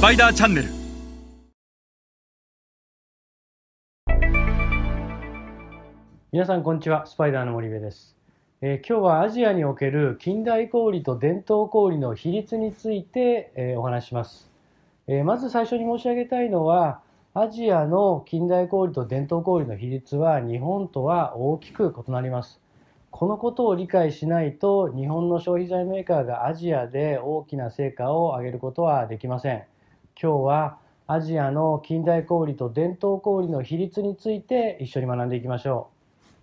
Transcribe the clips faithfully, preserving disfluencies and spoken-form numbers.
パイダーチャンネル。 皆さんこんにちは、スパイダーの森部です。えー今日はアジアにおける近代小売と伝統小売の比率について、えーお話しします。えーまず最初に申し上げたいのは、アジアの近代小売と伝統小売の比率は日本とは大きく異なります。このことを理解しないと、日本の消費財メーカーがアジアで大きな成果を上げることはできません。今日はアジアの近代小売と伝統小売の比率について一緒に学んでいきましょ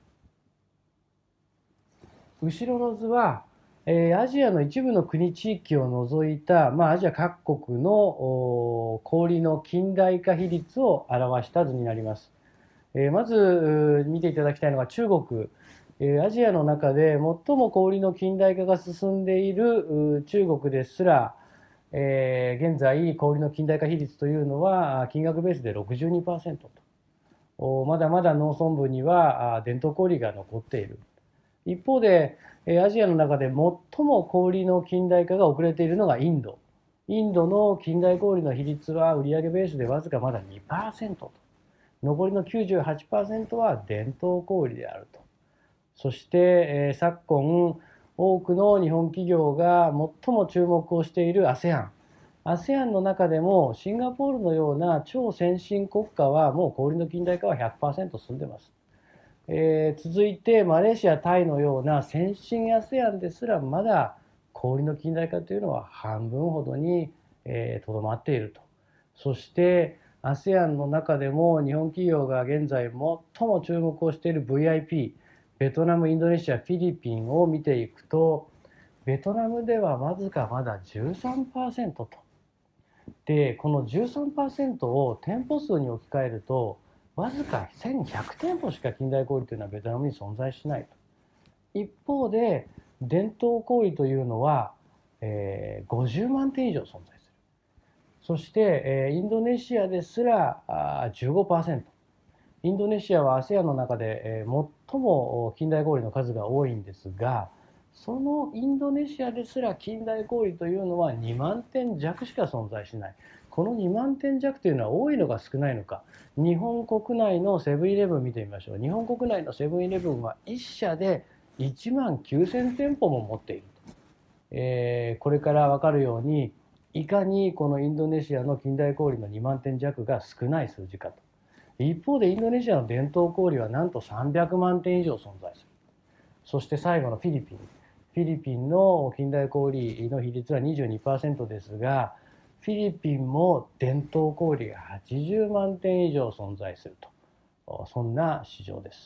う。後ろの図は、えーアジアの一部の国地域を除いた、まあ、アジア各国のお小売の近代化比率を表した図になります。えーまずうー見ていただきたいのが中国。えーアジアの中で最も小売の近代化が進んでいるうー中国ですら、えー現在小売の近代化比率というのは金額ベースで ろくじゅうにパーセント と。おまだまだ農村部にはあ伝統小売が残っている。一方で、えーアジアの中で最も小売の近代化が遅れているのがインド。インドの近代小売の比率は売上ベースでわずかまだ にパーセント と。残りの きゅうじゅうはちパーセント は伝統小売であると。そして、えー昨今多くの日本企業が最も注目をしている アセアン。アセアン の中でもシンガポールのような超先進国家はもう小売の近代化は ひゃくパーセント 進んでいます。えー続いてマレーシア、タイのような先進 アセアン ですらまだ小売の近代化というのは半分ほどにとどまっていると。そして アセアン の中でも日本企業が現在最も注目をしている ブイアイピー、ベトナム、インドネシア、フィリピンを見ていくと、ベトナムではわずかまだ じゅうさんパーセント と。で、この じゅうさんパーセント を店舗数に置き換えると、わずかせんひゃくてんぽしか近代小売というのはベトナムに存在しないと。一方で、伝統小売というのは、えーごじゅうまんてん以上存在する。そして、えーインドネシアですらあーじゅうごパーセント。インドネシアは アセアン の中で、えー最も近代小売の数が多いんですが、そのインドネシアですら近代小売というのはにまんてん弱しか存在しない。このにまんてん弱というのは多いのか少ないのか。日本国内のセブンイレブン見てみましょう。日本国内のセブンイレブンはいっ社でいちまんきゅうせんてんぽも持っていると。えーこれから分かるように、いかにこのインドネシアの近代小売のにまんてん弱が少ない数字かと。一方でインドネシアの伝統小売はなんとさんびゃくまんてん以上存在する。そして最後のフィリピン。フィリピンの近代小売の比率は にじゅうにパーセント ですが、フィリピンも伝統小売がはちじゅうまんてん以上存在すると。そんな市場です。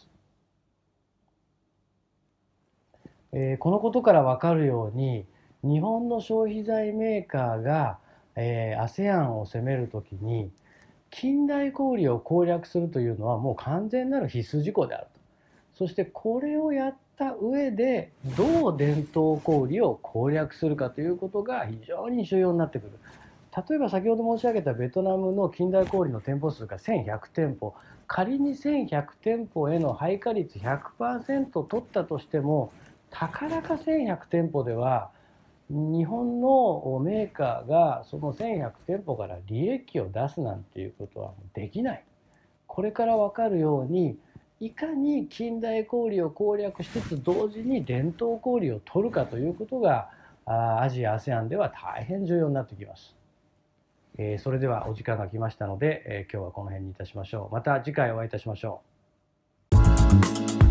えーこのことから分かるように、日本の消費財メーカーが、えー、アセアン を攻めるときに、近代小売を攻略するというのはもう完全なる必須事項であると。そしてこれをやった上でどう伝統小売を攻略するかということが非常に重要になってくる。例えば先ほど申し上げたベトナムの近代小売の店舗数がせんひゃくてんぽ、仮にせんひゃくてんぽへの配下率 ひゃくパーセント 取ったとしても、たかだかせんひゃくてんぽでは日本のメーカーがそのせんひゃくてんぽから利益を出すなんていうことはできない。これから分かるように、いかに近代小売を攻略しつつ同時に伝統小売を取るかということがアジア アセアン では大変重要になってきます。えーそれではお時間が来ましたので、えー今日はこの辺にいたしましょう。また次回お会いいたしましょう。